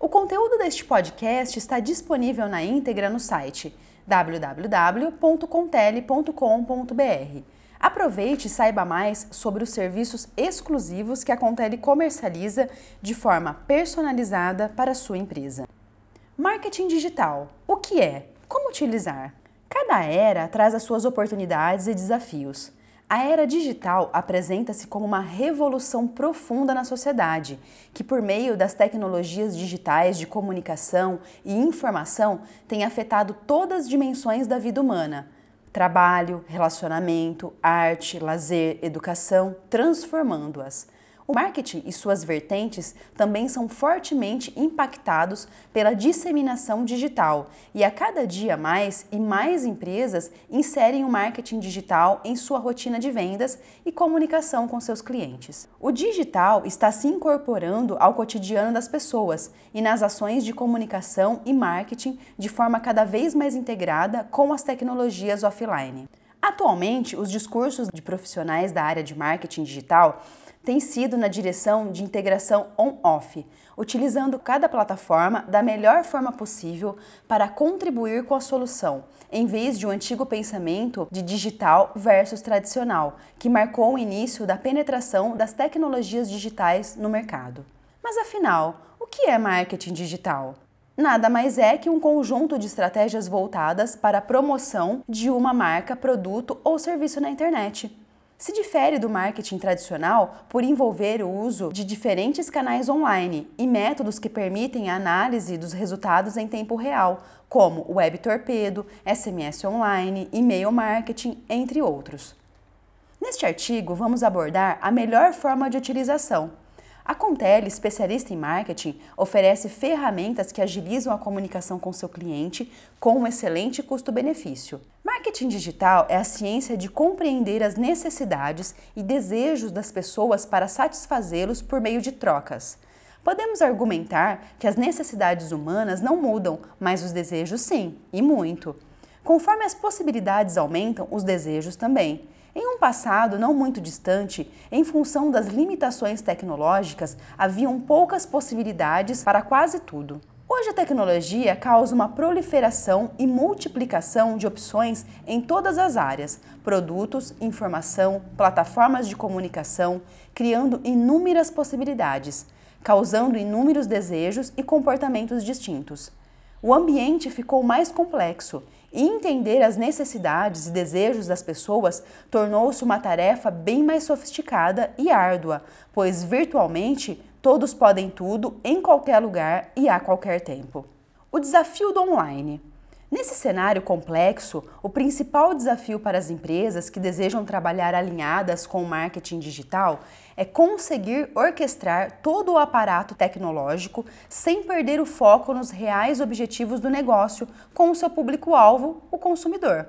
O conteúdo deste podcast está disponível na íntegra no site www.contele.com.br. Aproveite e saiba mais sobre os serviços exclusivos que a Contele comercializa de forma personalizada para a sua empresa. Marketing digital. O que é? Como utilizar? Cada era traz as suas oportunidades e desafios. A era digital apresenta-se como uma revolução profunda na sociedade, que por meio das tecnologias digitais de comunicação e informação tem afetado todas as dimensões da vida humana: trabalho, relacionamento, arte, lazer, educação, transformando-as. O marketing e suas vertentes também são fortemente impactados pela disseminação digital e a cada dia mais e mais empresas inserem o marketing digital em sua rotina de vendas e comunicação com seus clientes. O digital está se incorporando ao cotidiano das pessoas e nas ações de comunicação e marketing de forma cada vez mais integrada com as tecnologias offline. Atualmente, os discursos de profissionais da área de marketing digital têm sido na direção de integração on-off, utilizando cada plataforma da melhor forma possível para contribuir com a solução, em vez de um antigo pensamento de digital versus tradicional, que marcou o início da penetração das tecnologias digitais no mercado. Mas afinal, o que é marketing digital? Nada mais é que um conjunto de estratégias voltadas para a promoção de uma marca, produto ou serviço na internet. Se difere do marketing tradicional por envolver o uso de diferentes canais online e métodos que permitem a análise dos resultados em tempo real, como web torpedo, SMS online, e-mail marketing, entre outros. Neste artigo, vamos abordar a melhor forma de utilização. A Contele, especialista em marketing, oferece ferramentas que agilizam a comunicação com seu cliente com um excelente custo-benefício. Marketing digital é a ciência de compreender as necessidades e desejos das pessoas para satisfazê-los por meio de trocas. Podemos argumentar que as necessidades humanas não mudam, mas os desejos sim, e muito. Conforme as possibilidades aumentam, os desejos também. Em um passado não muito distante, em função das limitações tecnológicas, haviam poucas possibilidades para quase tudo. Hoje a tecnologia causa uma proliferação e multiplicação de opções em todas as áreas: produtos, informação, plataformas de comunicação, criando inúmeras possibilidades, causando inúmeros desejos e comportamentos distintos. O ambiente ficou mais complexo e entender as necessidades e desejos das pessoas tornou-se uma tarefa bem mais sofisticada e árdua, pois virtualmente todos podem tudo em qualquer lugar e a qualquer tempo. O desafio do online. Nesse cenário complexo, o principal desafio para as empresas que desejam trabalhar alinhadas com o marketing digital é conseguir orquestrar todo o aparato tecnológico sem perder o foco nos reais objetivos do negócio com o seu público-alvo, o consumidor.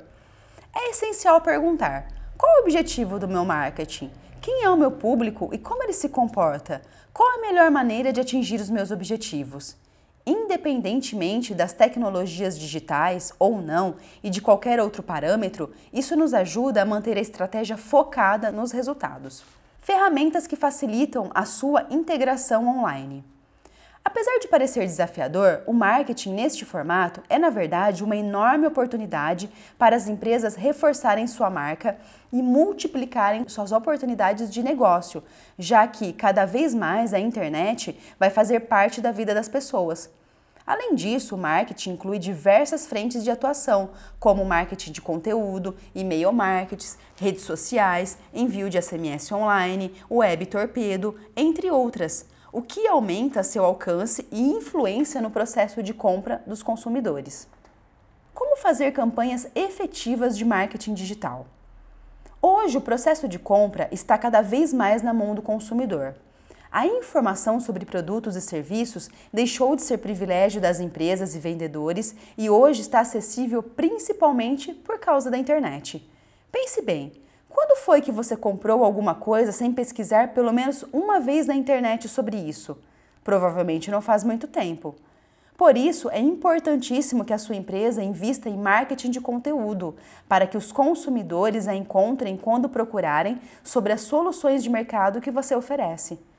É essencial perguntar: qual é o objetivo do meu marketing? Quem é o meu público e como ele se comporta? Qual a melhor maneira de atingir os meus objetivos? Independentemente das tecnologias digitais ou não e de qualquer outro parâmetro, isso nos ajuda a manter a estratégia focada nos resultados. Ferramentas que facilitam a sua integração online. Apesar de parecer desafiador, o marketing neste formato é, na verdade, uma enorme oportunidade para as empresas reforçarem sua marca e multiplicarem suas oportunidades de negócio, já que cada vez mais a internet vai fazer parte da vida das pessoas. Além disso, o marketing inclui diversas frentes de atuação, como marketing de conteúdo, e-mail marketing, redes sociais, envio de SMS online, web torpedo, entre outras, o que aumenta seu alcance e influência no processo de compra dos consumidores. Como fazer campanhas efetivas de marketing digital? Hoje, o processo de compra está cada vez mais na mão do consumidor. A informação sobre produtos e serviços deixou de ser privilégio das empresas e vendedores e hoje está acessível principalmente por causa da internet. Pense bem, quando foi que você comprou alguma coisa sem pesquisar pelo menos uma vez na internet sobre isso? Provavelmente não faz muito tempo. Por isso, é importantíssimo que a sua empresa invista em marketing de conteúdo, para que os consumidores a encontrem quando procurarem sobre as soluções de mercado que você oferece.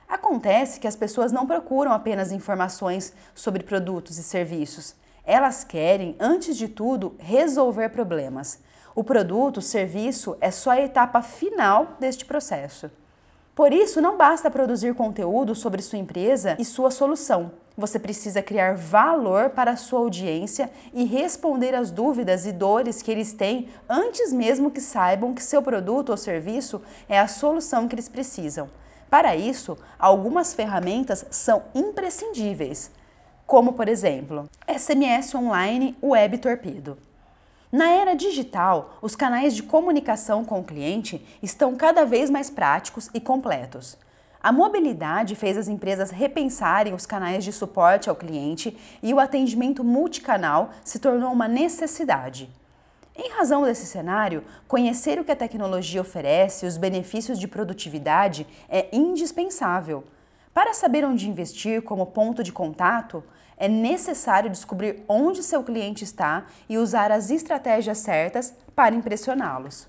Acontece que as pessoas não procuram apenas informações sobre produtos e serviços. Elas querem, antes de tudo, resolver problemas. O produto, o serviço, é só a etapa final deste processo. Por isso, não basta produzir conteúdo sobre sua empresa e sua solução. Você precisa criar valor para a sua audiência e responder às dúvidas e dores que eles têm antes mesmo que saibam que seu produto ou serviço é a solução que eles precisam. Para isso, algumas ferramentas são imprescindíveis, como, por exemplo, SMS Online Web Torpedo. Na era digital, os canais de comunicação com o cliente estão cada vez mais práticos e completos. A mobilidade fez as empresas repensarem os canais de suporte ao cliente e o atendimento multicanal se tornou uma necessidade. Em razão desse cenário, conhecer o que a tecnologia oferece e os benefícios de produtividade é indispensável. Para saber onde investir como ponto de contato, é necessário descobrir onde seu cliente está e usar as estratégias certas para impressioná-los.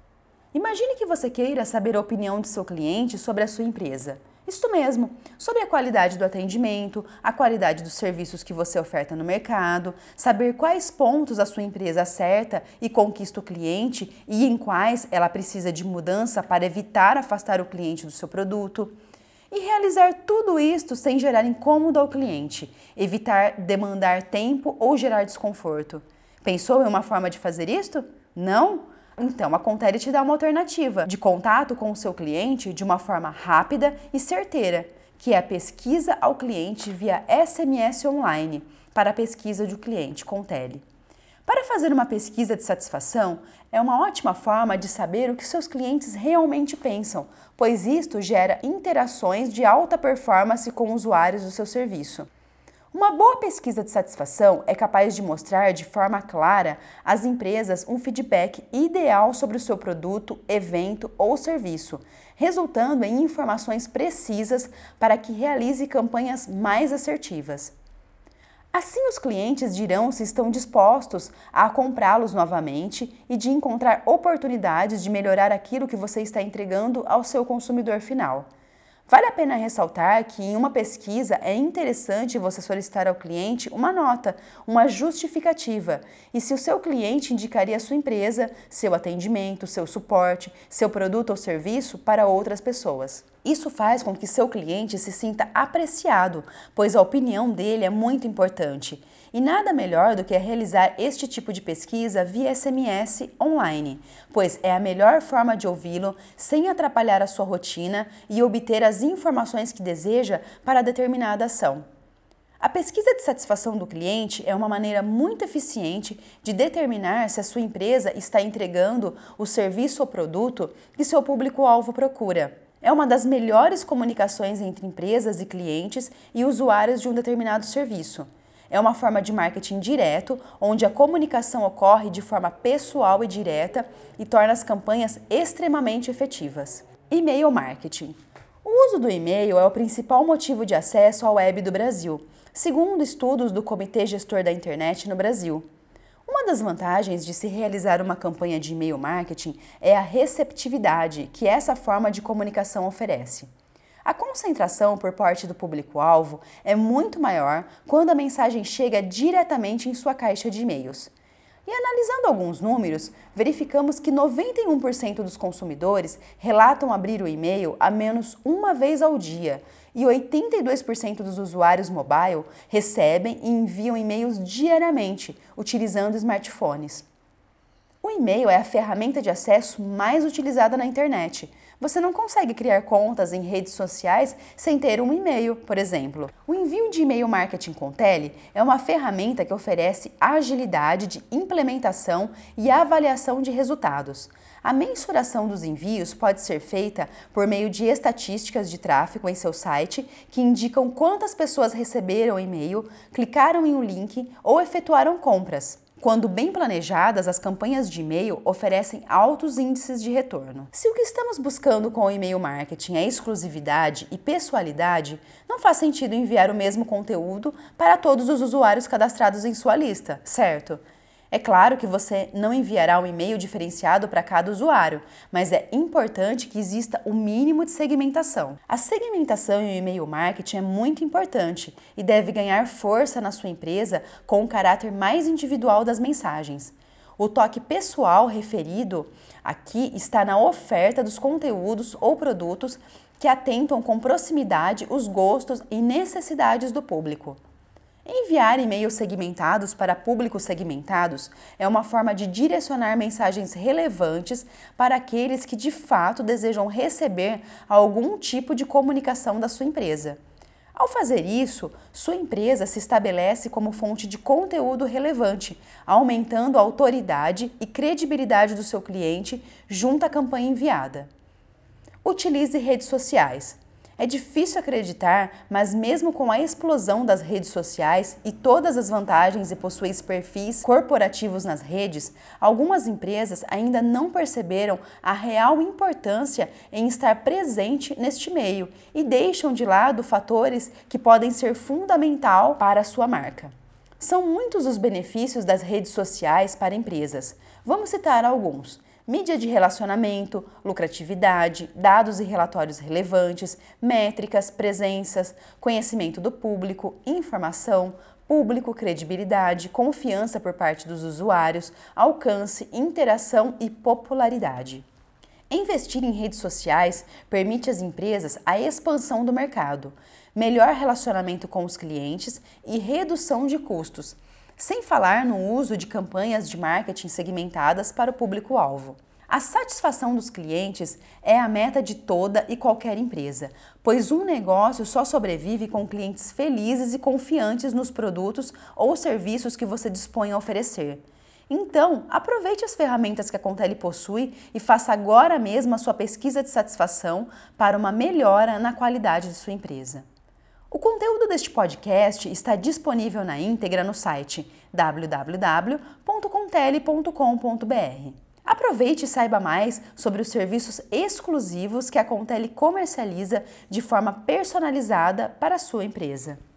Imagine que você queira saber a opinião de seu cliente sobre a sua empresa. Isso mesmo, sobre a qualidade do atendimento, a qualidade dos serviços que você oferta no mercado, saber quais pontos a sua empresa acerta e conquista o cliente e em quais ela precisa de mudança para evitar afastar o cliente do seu produto. E realizar tudo isto sem gerar incômodo ao cliente, evitar demandar tempo ou gerar desconforto. Pensou em uma forma de fazer isto? Não? Então, a Contele te dá uma alternativa de contato com o seu cliente de uma forma rápida e certeira, que é a pesquisa ao cliente via SMS online para a pesquisa do cliente Contele. Para fazer uma pesquisa de satisfação, é uma ótima forma de saber o que seus clientes realmente pensam, pois isto gera interações de alta performance com usuários do seu serviço. Uma boa pesquisa de satisfação é capaz de mostrar de forma clara às empresas um feedback ideal sobre o seu produto, evento ou serviço, resultando em informações precisas para que realize campanhas mais assertivas. Assim, os clientes dirão se estão dispostos a comprá-los novamente e de encontrar oportunidades de melhorar aquilo que você está entregando ao seu consumidor final. Vale a pena ressaltar que em uma pesquisa é interessante você solicitar ao cliente uma nota, uma justificativa, e se o seu cliente indicaria a sua empresa, seu atendimento, seu suporte, seu produto ou serviço para outras pessoas. Isso faz com que seu cliente se sinta apreciado, pois a opinião dele é muito importante. E nada melhor do que realizar este tipo de pesquisa via SMS online, pois é a melhor forma de ouvi-lo sem atrapalhar a sua rotina e obter as informações que deseja para determinada ação. A pesquisa de satisfação do cliente é uma maneira muito eficiente de determinar se a sua empresa está entregando o serviço ou produto que seu público-alvo procura. É uma das melhores comunicações entre empresas e clientes e usuários de um determinado serviço. É uma forma de marketing direto, onde a comunicação ocorre de forma pessoal e direta e torna as campanhas extremamente efetivas. E-mail marketing. O uso do e-mail é o principal motivo de acesso à web do Brasil, segundo estudos do Comitê Gestor da Internet no Brasil. Uma das vantagens de se realizar uma campanha de e-mail marketing é a receptividade que essa forma de comunicação oferece. A concentração por parte do público-alvo é muito maior quando a mensagem chega diretamente em sua caixa de e-mails. E analisando alguns números, verificamos que 91% dos consumidores relatam abrir o e-mail a menos uma vez ao dia e 82% dos usuários mobile recebem e enviam e-mails diariamente, utilizando smartphones. O e-mail é a ferramenta de acesso mais utilizada na internet. Você não consegue criar contas em redes sociais sem ter um e-mail, por exemplo. O envio de e-mail marketing com Tele é uma ferramenta que oferece agilidade de implementação e avaliação de resultados. A mensuração dos envios pode ser feita por meio de estatísticas de tráfego em seu site que indicam quantas pessoas receberam o e-mail, clicaram em um link ou efetuaram compras. Quando bem planejadas, as campanhas de e-mail oferecem altos índices de retorno. Se o que estamos buscando com o e-mail marketing é exclusividade e pessoalidade, não faz sentido enviar o mesmo conteúdo para todos os usuários cadastrados em sua lista, certo? É claro que você não enviará um e-mail diferenciado para cada usuário, mas é importante que exista o mínimo de segmentação. A segmentação em e-mail marketing é muito importante e deve ganhar força na sua empresa com o caráter mais individual das mensagens. O toque pessoal referido aqui está na oferta dos conteúdos ou produtos que atentam com proximidade os gostos e necessidades do público. Enviar e-mails segmentados para públicos segmentados é uma forma de direcionar mensagens relevantes para aqueles que de fato desejam receber algum tipo de comunicação da sua empresa. Ao fazer isso, sua empresa se estabelece como fonte de conteúdo relevante, aumentando a autoridade e credibilidade do seu cliente junto à campanha enviada. Utilize redes sociais. É difícil acreditar, mas mesmo com a explosão das redes sociais e todas as vantagens de possuir perfis corporativos nas redes, algumas empresas ainda não perceberam a real importância em estar presente neste meio e deixam de lado fatores que podem ser fundamental para a sua marca. São muitos os benefícios das redes sociais para empresas. Vamos citar alguns. Mídia de relacionamento, lucratividade, dados e relatórios relevantes, métricas, presenças, conhecimento do público, informação, público, credibilidade, confiança por parte dos usuários, alcance, interação e popularidade. Investir em redes sociais permite às empresas a expansão do mercado, melhor relacionamento com os clientes e redução de custos, sem falar no uso de campanhas de marketing segmentadas para o público-alvo. A satisfação dos clientes é a meta de toda e qualquer empresa, pois um negócio só sobrevive com clientes felizes e confiantes nos produtos ou serviços que você dispõe a oferecer. Então, aproveite as ferramentas que a Contele possui e faça agora mesmo a sua pesquisa de satisfação para uma melhora na qualidade de sua empresa. O conteúdo deste podcast está disponível na íntegra no site www.contele.com.br. Aproveite e saiba mais sobre os serviços exclusivos que a Contele comercializa de forma personalizada para a sua empresa.